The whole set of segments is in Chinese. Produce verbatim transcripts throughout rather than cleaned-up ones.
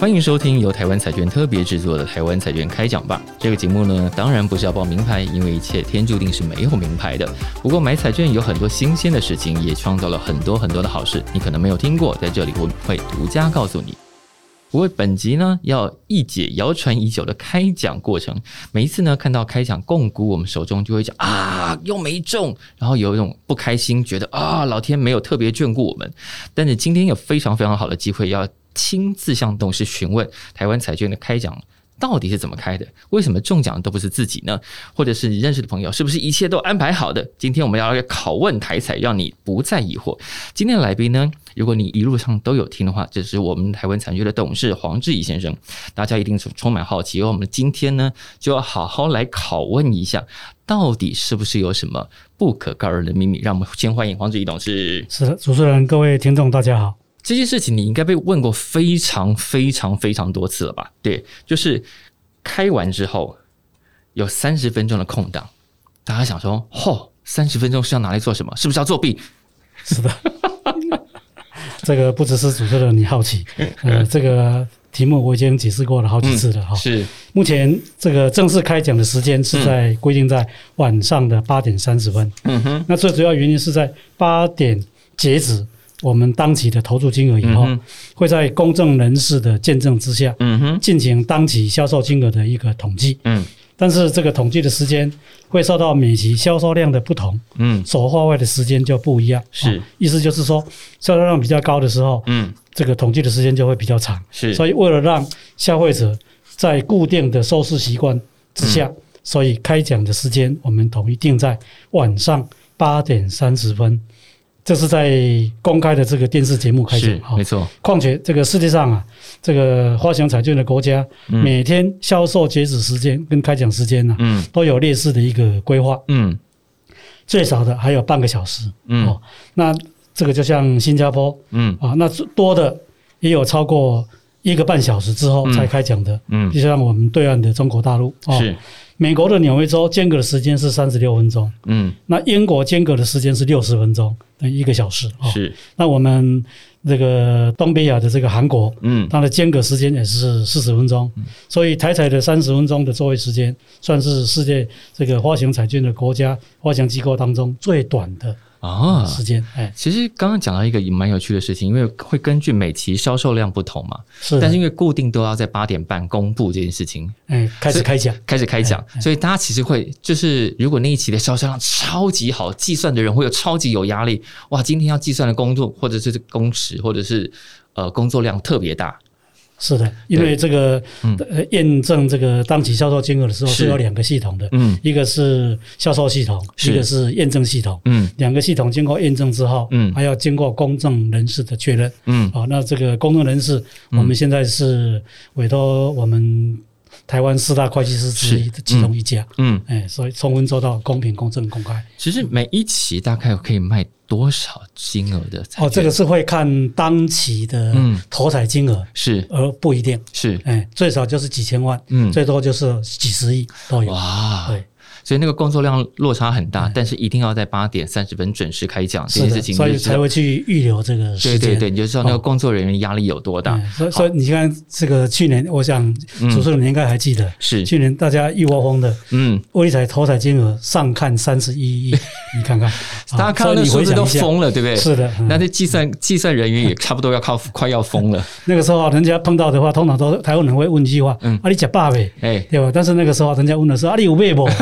欢迎收听由台湾彩券特别制作的台湾彩券开讲吧。这个节目呢，当然不是要报名牌，因为一切天注定是没有名牌的。不过买彩券有很多新鲜的事情，也创造了很多很多的好事，你可能没有听过，在这里我会独家告诉你。不过本集呢，要一解谣传已久的开奖过程。每一次呢，看到开奖共估，我们手中就会讲啊，又没中，然后有一种不开心，觉得啊，老天没有特别眷顾我们。但是今天有非常非常好的机会，要亲自向董事询问台湾彩券的开奖到底是怎么开的？为什么中奖都不是自己呢？或者是你认识的朋友，是不是一切都安排好的？今天我们要来拷问台彩，让你不再疑惑。今天的来宾呢，如果你一路上都有听的话，这是我们台湾彩券的董事黄志宜先生。大家一定是充满好奇，而我们今天呢，就要好好来拷问一下，到底是不是有什么不可告人的秘密？让我们先欢迎黄志宜董事。 是的，主持人，各位听众，大家好。 这件事情你应该被问过非常非常非常多次了吧？对，就是开完之后有三十分钟的空档，大家想说，吼，三十分钟是要拿来做什么？是不是要作弊？ 是的，这个不只是主持人你好奇，呃，这个题目我已经解释过了好几次了哈、嗯。 是， 目前这个正式开奖的时间是在规定在晚上的八点三十分。嗯哼，那最主要原因是在八点截止。我们当期的投注金额以后，会在公证人士的见证之下，进行当期销售金额的一个统计。嗯，但是这个统计的时间会受到每期销售量的不同，嗯，所划外的时间就不一样。是，意思就是说，销售量比较高的时候，嗯，这个统计的时间就会比较长。是，所以为了让消费者在固定的收视习惯之下，嗯、所以开奖的时间我们统一定在晚上八点三十分。这是在公开的这个电视节目开奖， 没错。 况且这个世界上啊，这个发行彩券的国家，嗯、每天销售截止时间跟开奖时间呢、啊，嗯，都有类似的一个规划，嗯，最少的还有半个小时，嗯，哦、那这个就像新加坡，嗯，啊，那多的也有超过一个半小时之后才开奖的，嗯，就像我们对岸的中国大陆，哦、是。美国的纽约州间隔的时间是三十六分钟，嗯，那英国间隔的时间是六十分钟，等于一个小时。哦、是，那我们这个东北亚的这个韩国，嗯，它的间隔时间也是四十分钟，嗯、所以台彩的三十分钟的作业时间，算是世界这个发行彩券的国家发行机构当中最短的。啊，时间哎， 其实刚刚讲到一个也蛮有趣的事情，因为会根据每期销售量不同嘛，是，但是因为固定都要在八点半公布这件事情， 哎，开始开奖， 开始开奖，所以大家其实会就是如果那一期的销售量超级好，计算的人会有超级有压力，哇，今天要计算的工作或者是工时或者是呃工作量特别大。 是的，因为这个验证这个当期销售金额的时候是有两个系统的，嗯，一个是销售系统，一个是验证系统，嗯，两个系统经过验证之后，嗯，还要经过公证人士的确认，嗯，好，那这个公证人士，我们现在是委托我们台湾四大会计师之一的其中一家，嗯，哎，所以充分做到公平、公正、公开。 其实每一期大概可以卖多少金额的彩券？ 哦，这个是会看当期的投彩金额，是、嗯，而不一定是，哎，最少就是几千万，嗯，最多就是几十亿都有。哇，对。 所以那个工作量落差很大，但是一定要在八点三十分准时开奖，这件事情、 就是，所以才会去预留这个时间。 对对对，你就知道那个工作人员压力有多大。 哦、所以，所以你看这个去年，我想主持人你应该还记得，是、嗯、去年大家一窝蜂的，嗯，威力彩投彩金额上看三十一亿，你看看， 大家看到那数字都疯了，对不对？ 是的， 那这计算计算人员也差不多要靠快要疯了。 那个时候人家碰到的话，通常都台湾人会问一句话：嗯、啊，你吃饱没？哎，对吧？但是那个时候人家问的是：啊，你有买不？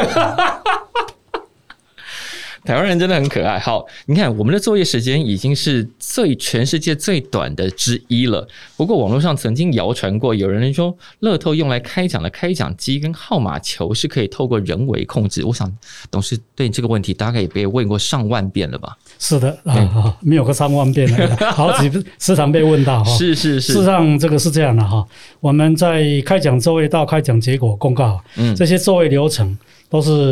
台湾人真的很可爱。好，你看我们的作业时间已经是最全世界最短的之一了。不过网络上曾经谣传过，有人说乐透用来开奖的开奖机跟号码球是可以透过人为控制。我想董事对你这个问题大概也被问过上万遍了吧？ 是的，啊、没有个上万遍了，好几时常被问到。是是是，事实上这个是这样的哈。我们在开奖作业到开奖结果公告，嗯，这些作业流程都是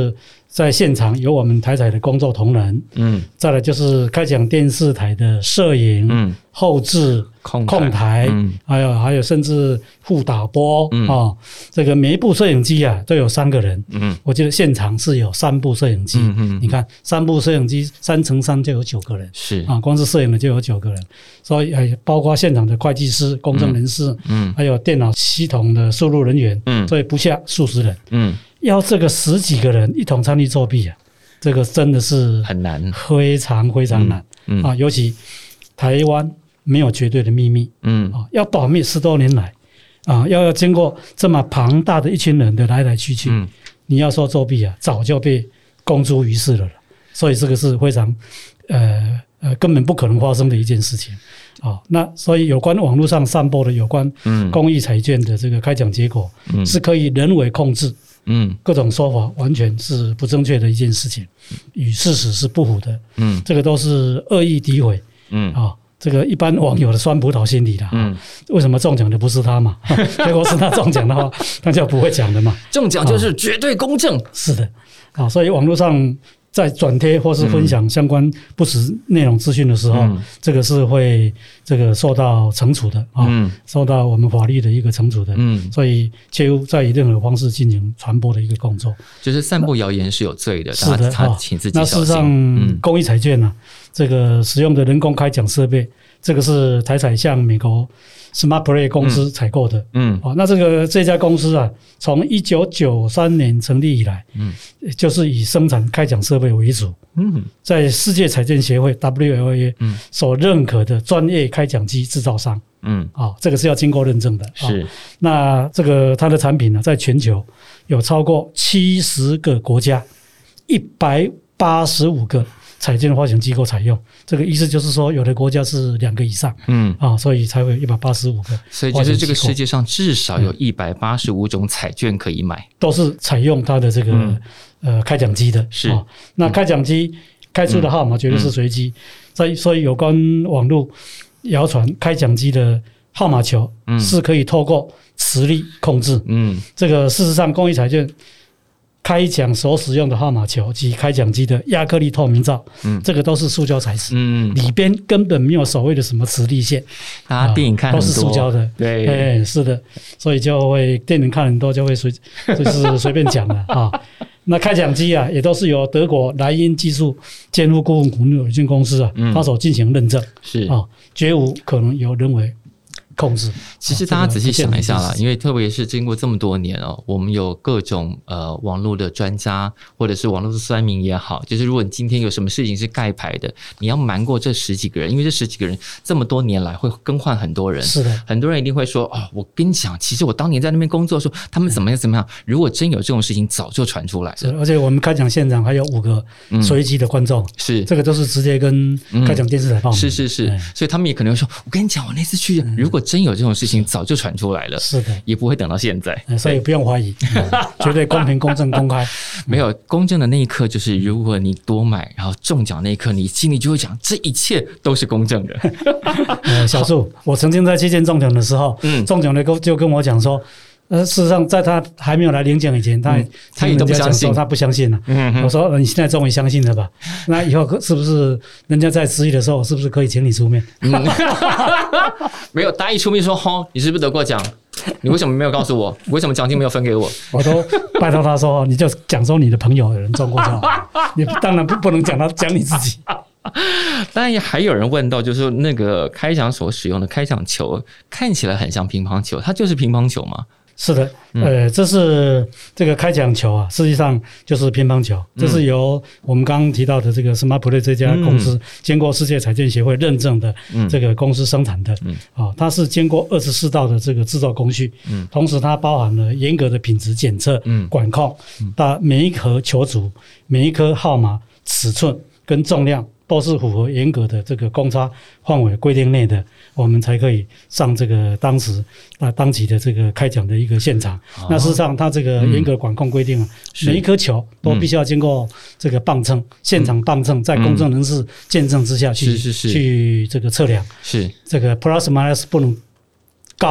在现场有我们台彩的工作同仁，嗯，再来就是开讲电视台的摄影、嗯、后制、控台，控台嗯、还有还有甚至副导播，嗯、哦，这个每一部摄影机啊都有三个人，嗯，我记得现场是有三部摄影机，嗯嗯，你看三部摄影机三乘三就有九个人，是啊，光是摄影的就有九个人，所以还包括现场的会计师、公证人士，嗯，还有电脑系统的输入人员，嗯，所以不下数十人，嗯。要这个十几个人一同参与作弊啊，这个真的是很难， 非常非常难、嗯嗯、啊！尤其台湾没有绝对的秘密，嗯啊，要保密十多年来啊，要要经过这么庞大的一群人的来来去去，嗯、你要说作弊啊，早就被公诸于世了了。所以这个是非常呃呃根本不可能发生的一件事情啊。那所以有关网络上散播的有关公益彩券的这个开奖结果，嗯、是可以人为控制。嗯，各种说法完全是不正确的一件事情，与事实是不符的。嗯，这个都是恶意诋毁。嗯啊，这个一般网友的酸葡萄心理啦。嗯，为什么中奖的不是他嘛？如果是他中奖的话，他就不会讲的嘛。 中奖就是绝对公正。 啊、是的，啊，所以网络上在转贴或是分享相关不实内容资讯的时候，嗯、这个是会这个受到惩处的啊，嗯、受到我们法律的一个惩处的。嗯，所以切勿再以任何方式进行传播的一个工作。 就是散布谣言是有罪的， 是的， 他请自己小心。 那事实上，公益彩券呢、啊，这个使用的人工开奖设备，这个是台彩向美国 Smart Play 公司采购的。嗯，哦，那这个这家公司啊，从一九九三年成立以来，嗯，就是以生产开奖设备为主。嗯，在世界彩券协会 W L A 所认可的专业开奖机制造商。嗯，啊、哦，这个是要经过认证的。是，哦、那这个它的产品呢，在全球有超过七十个国家，一百八十五个彩券发行机构采用。这个意思就是说，有的国家是两个以上，嗯啊，所以才会有一百八十五个。 所以就是这个世界上至少有一百八十五种彩券可以买， 都是采用它的这个、嗯、呃开奖机的。是、哦，那开奖机开出的号码绝对是随机。所以，所以有关网络谣传开奖机的号码球是可以透过磁力控制。嗯，这个事实上，公益彩券开奖所使用的号码球及开奖机的亚克力透明罩，嗯，这个都是塑胶材质，嗯，里边根本没有所谓的什么磁力线， 大家电影看很多、 啊、都是塑胶的， 对， 哎，是的，所以就会电影看很多就会随就是随便讲了啊。那开奖机啊，也都是由德国莱茵技术监护顾问股份有限公司啊，嗯、他所进行认证，是啊，绝无可能由人为控制。 其实大家仔细想一下啦，因为特别是经过这么多年哦，我们有各种呃网络的专家或者是网络的酸民也好，就是如果你今天有什么事情是盖牌的，你要瞒过这十几个人，因为这十几个人这么多年来会更换很多人，是的，很多人一定会说哦，我跟你讲，其实我当年在那边工作的时候，他们怎么样怎么样。如果真有这种事情，早就传出来了。 是，而且我们开奖现场还有五个随机的观众，嗯、是这个都是直接跟开奖电视台报名、嗯，是是是，所以他们也可能会说，我跟你讲，我那次去，嗯、如果真有这种事情，早就传出来了，是的，也不会等到现在， 所以不用怀疑，嗯、绝对公平、公正、公开。 没有公正的那一刻，就是如果你多买，然后中奖那一刻，你心里就会讲，这一切都是公正的。 呃，小树，我曾经在期间中奖的时候，嗯，中奖的就跟我讲说。呃，事实上，在他还没有来领奖以前，他也、嗯、 他也都不相信， 他不相信了、啊。嗯，我说你现在终于相信了吧？那以后是不是人家在质疑的时候，是不是可以请你出面？嗯、 没有，他一出面说：“吼，你是不是得过奖？你为什么没有告诉我？为什么奖金没有分给我？” 我都拜托他说：“你就讲说你的朋友有人中过就好，你当然不不能讲他讲你自己。” 当然还有人问到，就是那个开奖所使用的开奖球看起来很像乒乓球，它就是乒乓球吗？ 是的，呃，这是这个开奖球啊，实际上就是乒乓球。这是由我们刚刚提到的这个 Smart Play 这家公司经过世界彩券协会认证的这个公司生产的，啊，它是经过二十四道的这个制作工序，同时它包含了严格的品质检测、管控，它每一盒球组、每一颗号码、尺寸跟重量。都是符合严格的这个公差范围规定内的，我们才可以上这个当时啊当期的这个开奖的一个现场。哦、那事实上，它这个严格管控规定啊，嗯、每一颗球都必须要经过这个磅秤，嗯、现场磅秤，在公证人士见证之下去、嗯、是是是去这个测量，是这个 plus minus 不能高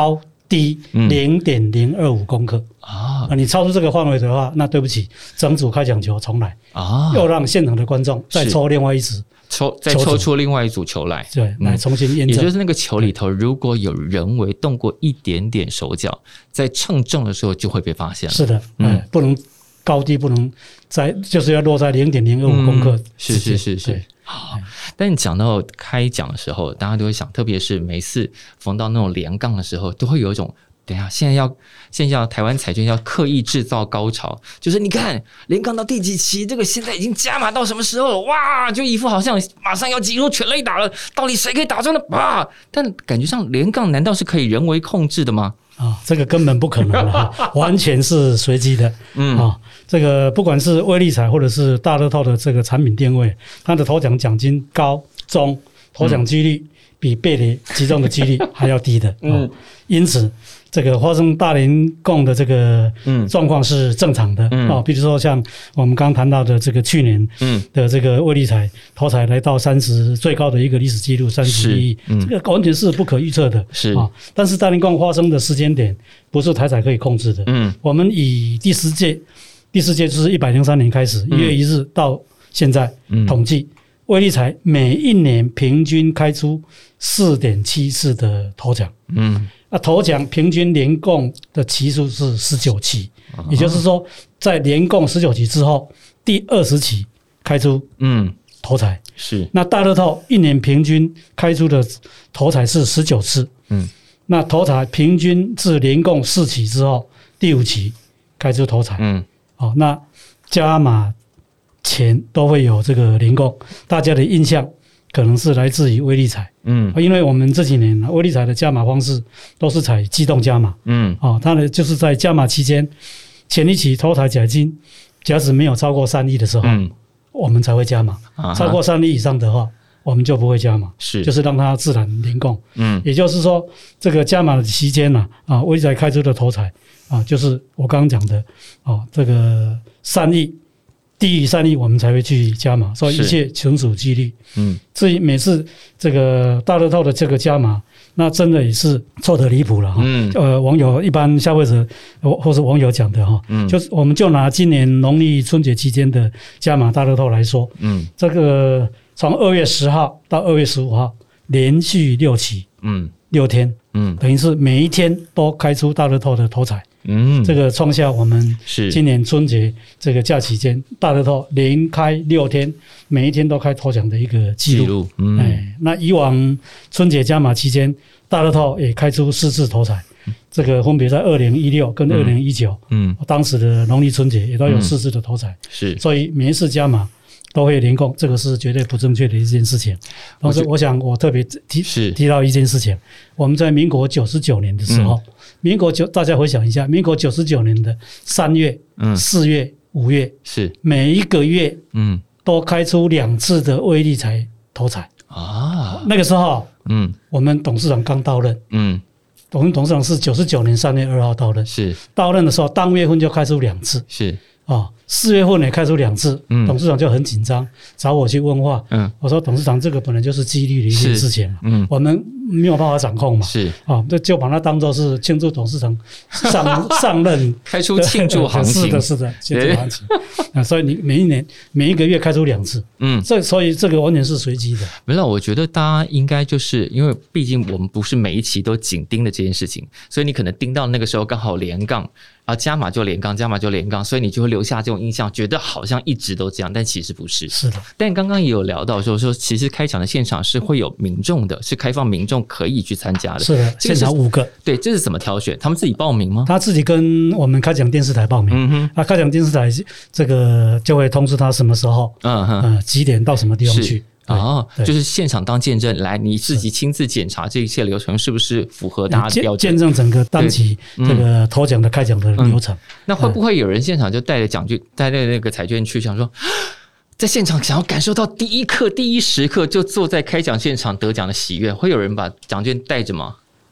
低零点零二五公克啊！你超出这个范围的话，那对不起，整组开奖球重来啊！又让现场的观众再抽另外一支， 抽再抽出另外一组球来， 对，来重新验证。 也就是那个球里头，如果有人为动过一点点手脚，在称重的时候就会被发现了。 是的，嗯，不能高低不能在，就是要落在零点零二五公克、嗯。 是是是是。好，但讲到开奖的时候，大家都会想，特别是每次逢到那种连杠的时候，都会有一种，等一下，现在要现在要台湾彩券要刻意制造高潮，就是你看连杠到第几期，这个现在已经加码到什么时候了？哇，就一副好像马上要挤入全垒打了，到底谁可以打中呢？啊！但感觉上连杠难道是可以人为控制的吗？ 啊、哦，这个根本不可能了，完全是随机的。嗯啊、哦，这个不管是威力彩或者是大乐透的这个产品定位，它的头奖奖金高中，头奖几率比被雷击中的几率还要低的。嗯，哦、因此这个发生大连共的这个状况是正常的。嗯啊，比如说像我们刚刚谈到的这个去年的这个威力彩头彩来到三十最高的一个历史记录三十一亿，嗯、这个完全是不可预测的。是啊，但是大连共发生的时间点不是台彩可以控制的。嗯，我们以第十届第四届就是一百零三年开始，一月一日到现在统计。威力彩每一年平均开出 四点七 次的头奖，嗯，啊，头奖平均连共的期数是十九期，也就是说，在连共十九期之后，第二十期开出，嗯，头彩是。那大乐透一年平均开出的头彩是十九次，嗯，那头彩平均是连共四期之后，第五期开出头彩，嗯，好，那加码前都会有这个连共，大家的印象可能是来自于威力彩，嗯，因为我们这几年威力彩的加码方式都是采机动加码，嗯，哦，它呢就是在加码期间，前一期头彩奖金假使没有超过三亿的时候，嗯，我们才会加码，啊、超过三亿以上的话，我们就不会加码，是，就是让它自然连共，嗯，也就是说这个加码的期间呢，啊，威力彩开出的头彩啊，就是我刚刚讲的，哦，这个三亿。低于三亿我们才会去加码，所以一切纯属几率。嗯，至于每次这个大乐透的这个加码，那真的也是错得离谱了哈。嗯，呃，网友一般消费者或是网友讲的哈，嗯，就是我们就拿今年农历春节期间的加码大乐透来说，嗯，这个从二月十号到二月十五号连续六期，嗯，六天，嗯，等于是每一天都开出大乐透的头彩。嗯，这个创下我们今年春节这个假期间大乐透连开六天，每一天都开头奖的一个记录。嗯，哎，那以往春节加码期间，大乐透也开出四次头彩，这个分别在二零一六跟二零一九，嗯，当时的农历春节也都有四次的头彩。是，所以每一次加码都会连共，这个是绝对不正确的一件事情。同时，我想我特别提提到一件事情，我们在民国九十九年的时候。嗯，民国九，大家回想一下，民国九十九年的三月、四月、五月，是每一个月，嗯，都开出两次的威力彩头彩啊。那个时候，嗯，我们董事长刚到任，嗯，我们董事长是九十九年三月二号到任，是到任的时候，当月份就开出两次，是啊，四月份也开出两次，嗯，董事长就很紧张，找我去问话，嗯，我说董事长，这个本来就是几率的一件事情，嗯，我们没有办法掌控嘛，是啊，这就把它当作是庆祝董事长上上任， 开出庆祝行情， 是的，是的，庆祝行情啊，所以你每一年每一个月开出两次，嗯，这所以这个完全是随机的。 没有，我觉得大家应该就是因为毕竟我们不是每一期都紧盯的这件事情，所以你可能盯到那个时候刚好连杠。啊，加码就连杠，加码就连杠，所以你就会留下这种印象，觉得好像一直都这样，但其实不是。是的。但刚刚也有聊到说，说其实开场的现场是会有民众的，是开放民众可以去参加的。 是的，现场五个。 对，这是怎么挑选？他们自己报名吗？ 他自己跟我们开讲电视台报名。嗯哼。那开讲电视台这个就会通知他什么时候，嗯哼，呃，几点到什么地方去。 哦，就是现场当见证，来你自己亲自检查这一切流程是不是符合大家的标准， 见证整个当期这个头奖的开奖的流程。嗯嗯、 那会不会有人现场就带着奖券、带着那个彩券去，想说在现场想要感受到第一刻、第一时刻就坐在开奖现场得奖的喜悦？会有人把奖券带着吗？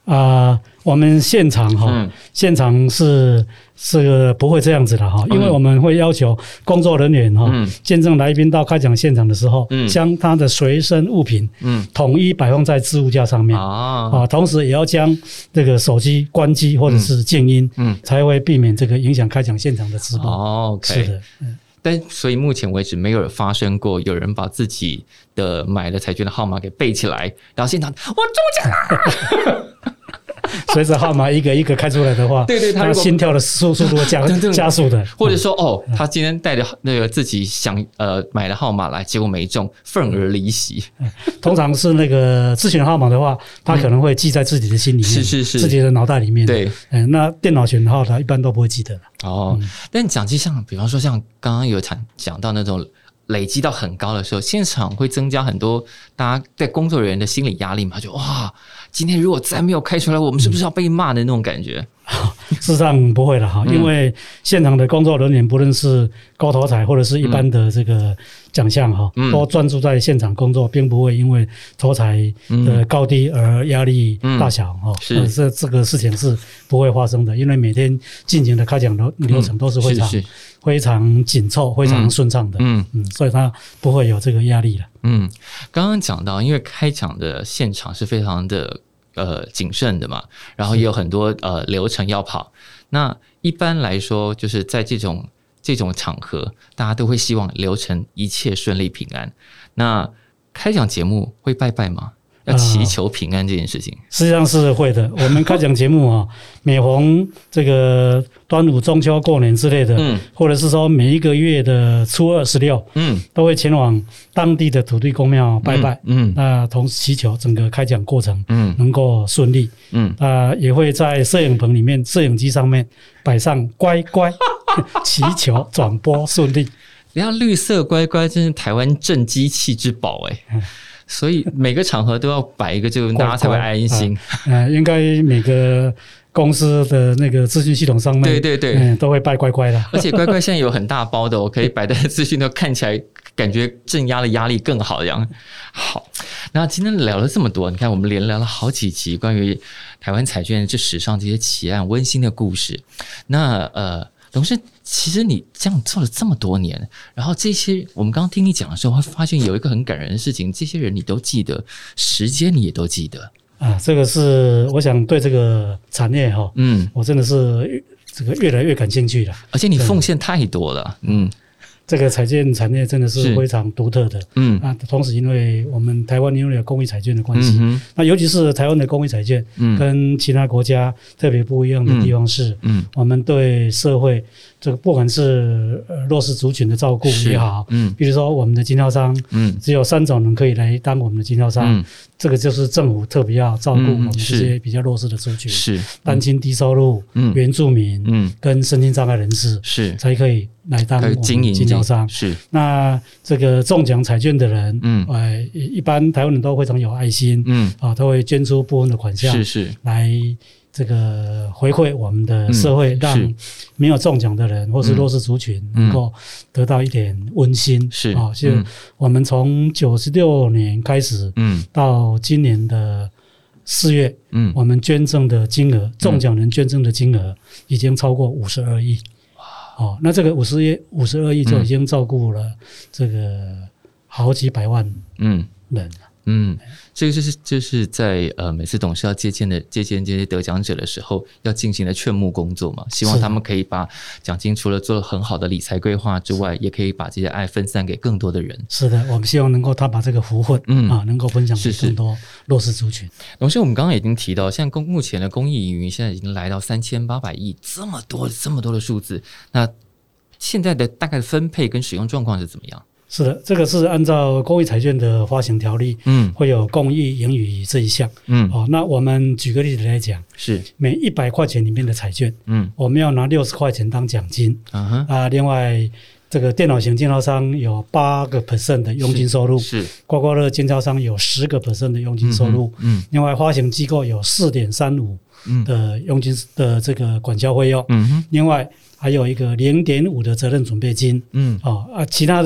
啊、呃，我们现场哈、嗯，现场是是不会这样子的哈，因为我们会要求工作人员哈，嗯、见证来宾到开讲现场的时候，嗯、将他的随身物品嗯统一摆放在置物架上面啊、嗯，同时也要将这个手机关机或者是静音，嗯，才会避免这个影响开讲现场的直播。 哦 ，OK， 是的，嗯。 但所以目前为止没有发生过有人把自己的买的彩券的号码给背起来，然后现场我中奖了。 随着号码一个一个开出来的话， 对对， 他心跳的速速度会加加速的。 或者说，哦，他今天带着那个自己想呃买的号码来，结果没中，愤而离席。 通常是那个自选号码的话，他可能会记在自己的心里面， 是是是， 自己的脑袋里面。 对， 嗯，那电脑选号他一般都不会记得。 哦，嗯、但讲起像，比方说像刚刚有讲讲到那种累积到很高的时候，现场会增加很多大家在工作人员的心理压力嘛？就哇，今天如果再没有开出来，我们是不是要被骂的那种感觉？ 事实上不会了哈，因为现场的工作人员不论是高头彩或者是一般的这个奖项哈，嗯、都专注在现场工作，并不会因为头彩的高低而压力大小哈。嗯、是这这个事情是不会发生的，因为每天进行的开奖流流程都是非常、嗯、是是非常紧凑、非常顺畅的。嗯嗯，所以他不会有这个压力了。 嗯，刚刚讲到，因为开奖的现场是非常的。呃，谨慎的嘛，然后也有很多呃流程要跑。那一般来说，就是在这种这种场合，大家都会希望流程一切顺利平安。那开奖节目会拜拜吗？要祈求平安这件事情，呃、 实际上是会的。我们开奖节目啊，每逢这个端午、中秋、过年之类的，嗯，或者是说每一个月的初二、十六，嗯，都会前往当地的土地公庙拜拜，嗯，嗯那同时祈求整个开奖过程，嗯，能够顺利，嗯，啊、呃，也会在摄影棚里面、摄影机上面摆上乖乖，祈求转播顺利。 人家绿色乖乖真是台湾正机器之宝哎、欸。所以每个场合都要摆一个，就大家才会安心。 呃、啊，应该每个公司的那个资讯系统上面， 对对对， 嗯，都会拜乖乖的。 而且乖乖现在有很大包的，我可以摆在资讯都看起来感觉镇压的压力更好一样。好，那今天聊了这么多，你看我们连聊了好几集关于台湾彩券这史上这些奇案温馨的故事。那呃。董事，其实你这样做了这么多年，然后这些我们刚刚听你讲的时候，会发现有一个很感人的事情，这些人你都记得，时间你也都记得啊。这个是我想对这个产业哈，嗯，我真的是这个越来越感兴趣了。 而且你奉献太多了，嗯。 这个彩券产业真的是非常独特的，嗯啊，同时因为我们台湾因为有公益彩券的关系，嗯、那尤其是台湾的公益彩券，嗯，跟其他国家特别不一样的地方是，嗯，我们对社会这个不管是弱势族群的照顾也好，嗯，比如说我们的经销商，嗯，只有三种人可以来当我们的经销商，嗯，这个就是政府特别要照顾我们这些比较弱势的族群，是单亲低收入、嗯，原住民，嗯，跟身心障碍人士，是才可以来当我们经营经销商。是那这个中奖彩券的人，嗯，呃，一般台湾人都非常有爱心，嗯，啊，都会捐出部分的款项，是是来这个回馈我们的社会，嗯、让没有中奖的人或是弱势族群能够得到一点温馨。是啊，就我们从九十六年开始，嗯，到今年的四月，嗯，我们捐赠的金额，中奖人捐赠的金额已经超过五十二亿。哦，那这个五十亿、五十二亿就已经照顾了这个好几百万人了。 嗯，这个就是就是在呃每次董事要接见的接见这些得奖者的时候，要进行的劝募工作嘛，希望他们可以把奖金除了做很好的理财规划之外，也可以把这些爱分散给更多的人。 是的，我们希望能够他把这个福分，嗯啊，能够分享给更多弱势族群。 董事，我们刚刚已经提到，现在公目前的公益盈余现在已经来到三千八百亿，这么多这么多的数字，那现在的大概的分配跟使用状况是怎么样？ 是的，这个是按照公益彩券的发行条例，嗯，会有公益盈余这一项，嗯，哦，那我们举个例子来讲，是每一百块钱里面的彩券，嗯，我们要拿六十块钱当奖金，啊哈，啊，另外这个电脑型经销商有八个 percent 的佣金收入，是刮刮乐经销商有十个 percent 的佣金收入，嗯，另外发行机构有四点三五的佣金的这个管销费用，嗯哼，另外还有一个零点五的责任准备金，嗯，哦啊，其他的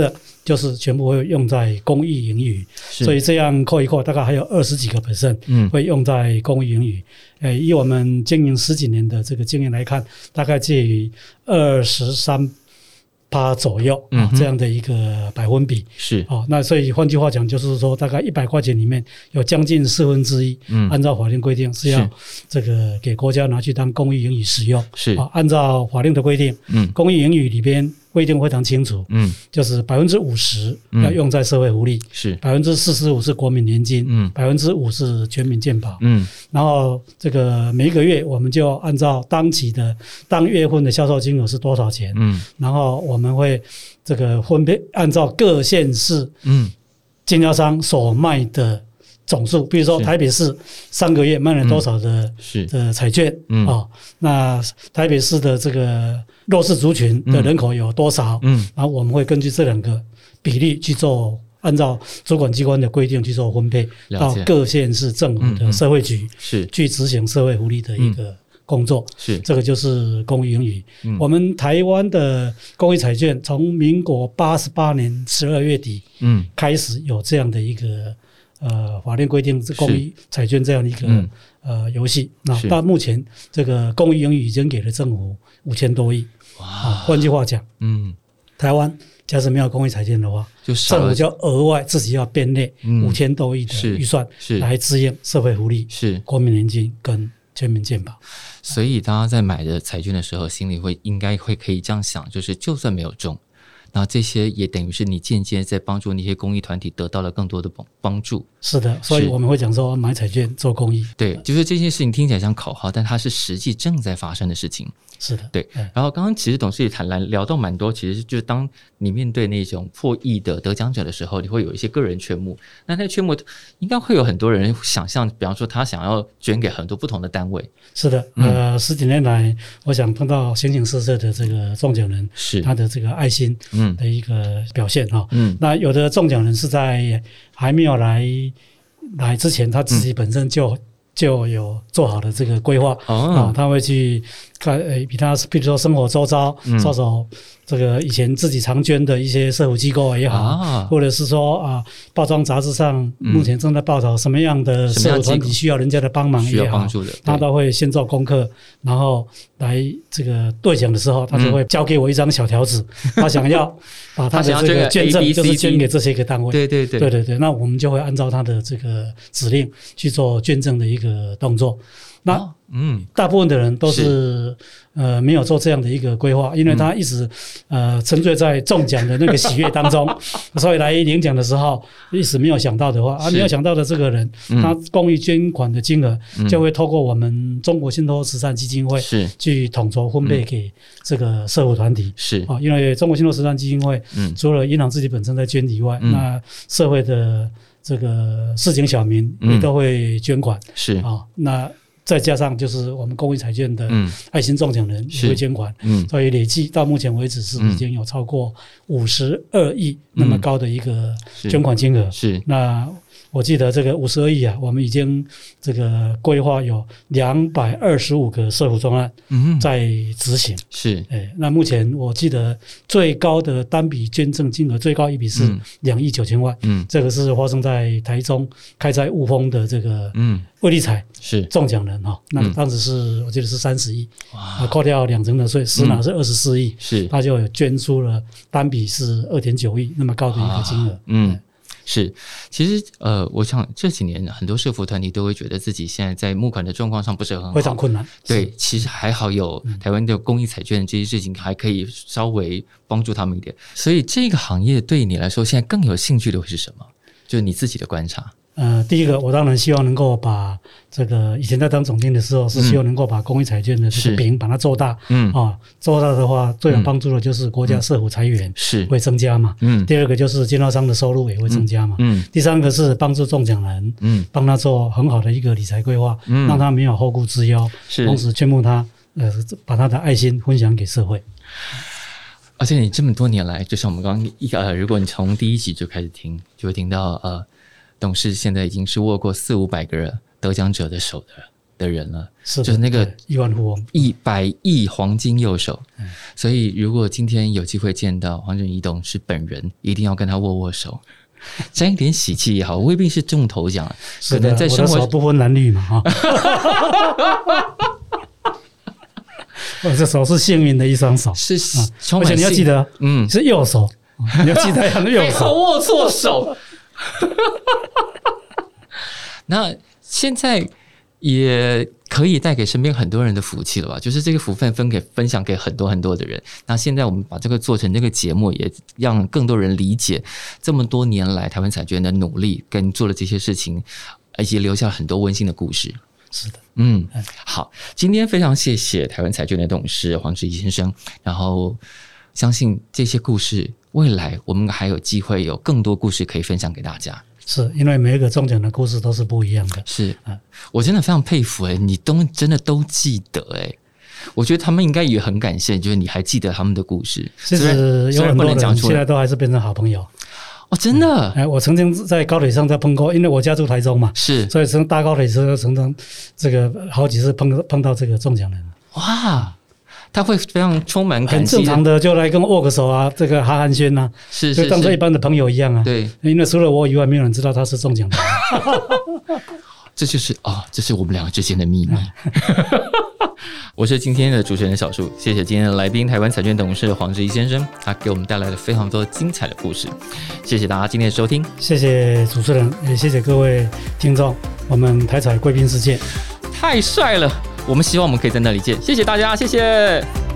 就是全部会用在公益盈余，所以这样扣一扣，大概还有二十几个 percent 会用在公益盈余。呃，以我们经营十几年的这个经验来看，大概介于二十三趴左右啊、嗯，这样的一个百分比是哦。那所以换句话讲，就是说大概一百块钱里面有将近四分之一，嗯，按照法令规定是要这个给国家拿去当公益盈余使用， 是啊、哦。按照法令的规定，嗯，公益盈余里边规定非常清楚，嗯，就是百分之五十要用在社会福利， 是百分之四十五是国民年金，嗯，百分之五是全民健保，嗯，然后这个每一个月我们就按照当期的当月份的销售金额是多少钱，嗯，然后我们会这个分别按照各县市，嗯，经销商所卖的总数，比如说台北市三个月卖了多少的是的彩券，嗯，哦，那台北市的这个弱势族群的人口有多少？嗯，然后我们会根据这两个比例去做，按照主管机关的规定去做分配到各县市政府的社会局，是去执行社会福利的一个工作。是这个就是公益盈余。嗯，我们台湾的公益彩券从民国八十八年十二月底，嗯，开始有这样的一个。呃，法令规定是公益彩券这样的一个、嗯、呃游戏，那到目前这个公益盈余已经给了政府五千多亿。哇！换句话讲，嗯，台湾假使没有公益彩券的话，就政府就额外自己要编列五千多亿的预算来支应社会福利、是国民年金跟全民健保。 所以大家在买的彩券的时候，心里会应该会可以这样想，就是就算没有中。那这些也等于是你间接在帮助那些公益团体得到了更多的帮助。 是的，所以我们会讲说买彩券做公益。 对，就是这件事情听起来像口号，但它是实际正在发生的事情。 是的， 对。然后刚刚其实董事也谈来聊到蛮多，其实就是当你面对那种破亿的得奖者的时候，你会有一些个人缺募。那那缺募应该会有很多人想象，比方说他想要捐给很多不同的单位。 是的，呃，十几年来，我想碰到形形色色的这个中奖人，是他的这个爱心。嗯，的一个表现哈，嗯，那有的中奖人是在还没有来来之前，他自己本身就、嗯、就有做好的这个规划啊、哦哦，他会去看，呃，比他比如说生活周遭，稍稍、嗯、这个以前自己常捐的一些社福机构也好，啊、或者是说啊，报章杂志上目前正在报道什么样的社福团体需要人家的帮忙也好，他都会先做功课，然后来这个兑奖的时候，他就会交给我一张小条子，嗯、他想要把他的这个捐赠就是捐给这些个单位， 对对对对对对，那我们就会按照他的这个指令去做捐赠的一个动作。那嗯，大部分的人都是呃没有做这样的一个规划，因为他一直呃沉醉在中奖的那个喜悦当中，所以来领奖的时候一时没有想到的话，啊没有想到的这个人，他公益捐款的金额就会透过我们中国信托慈善基金会是去统筹分配给这个社会团体是啊，因为中国信托慈善基金会除了银行自己本身在捐以外，那社会的这个市井小民也都会捐款是啊，那。再加上就是我们公益彩券的爱心中奖人也会捐款，嗯，所以累计到目前为止是已经有超过五十二亿那么高的一个捐款金额，嗯、是, 是那。我记得这个五十二亿啊，我们已经这个规划有两百二十五个社福专案在执行。嗯、是，哎，那目前我记得最高的单笔捐赠金额最高一笔是两亿九千万，嗯，这个是发生在台中开在雾峰的这个嗯威力彩是中奖人哈，那当时是我记得是三十亿，哇，扣掉两成的税，实拿是二十四亿，是，他就有捐出了单笔是二点九亿那么高的一个金额，嗯。 是，其实呃，我想这几年很多社福团体都会觉得自己现在在募款的状况上不是很好， 非常困难。 对，其实还好有台湾的公益彩券这些事情，还可以稍微帮助他们一点。所以这个行业对你来说，现在更有兴趣的会是什么？就是你自己的观察。 呃，第一个，我当然希望能够把这个以前在当总经理的时候，是希望能够把公益彩券的这个饼把它做大，嗯啊，做大的话，最有帮助的就是国家社福财源是会增加嘛，嗯。第二个就是经销商的收入也会增加嘛，嗯。第三个是帮助中奖人，嗯，帮他做很好的一个理财规划，嗯，让他没有后顾之忧，是，同时劝募他，呃，把他的爱心分享给社会。 而且你这么多年来，就像我们刚刚一呃，如果你从第一集就开始听，就会听到呃。董事现在已经是握过四五百个得奖者的手的的人了， 是就是那个亿万富翁， 一百亿黄金右手。嗯、所以如果今天有机会见到黄仁义董事本人，一定要跟他握握手，沾一点喜气也好，未必是中头奖，可能在生活我的手不分男女嘛哈。我这手是幸运的一双手， 是， 而且你要记得，嗯，是右手，你要记得要右手， 握错手。那现在也可以带给身边很多人的福气了吧？就是这个福分分给分享给很多很多的人。那现在我们把这个做成这个节目，也让更多人理解这么多年来台湾彩券的努力跟做了这些事情，以及留下了很多温馨的故事。 是的， 嗯，好，今天非常谢谢台湾彩券的董事黄志义先生，然后相信这些故事未来我们还有机会有更多故事可以分享给大家。 是因为每一个中奖的故事都是不一样的。 是，我真的非常佩服哎、欸，你都真的都记得哎、欸，我觉得他们应该也很感谢，就是你还记得他们的故事。 其实有很多人现在都还是变成好朋友。 哦，真的、 嗯！我曾经在高铁上在碰过，因为我家住台中嘛， 是， 所以从搭高铁车曾经这个好几次碰碰到这个中奖人。 哇，他会非常充满感激， 很正常的就来跟我握个手啊，这个哈寒暄呐， 是是是， 就当做一般的朋友一样啊。 对， 因为除了我以外，没有人知道他是中奖的。 这就是哦，这是我们两个之间的秘密。我是今天的主持人小树，谢谢今天的来宾台湾彩券董事黄志义先生，他给我们带来了非常多精彩的故事。谢谢大家今天的收听， 谢谢主持人，也谢谢各位听众。我们台彩贵宾世界太帅了，我们希望我们可以在那里见。谢谢大家，谢谢。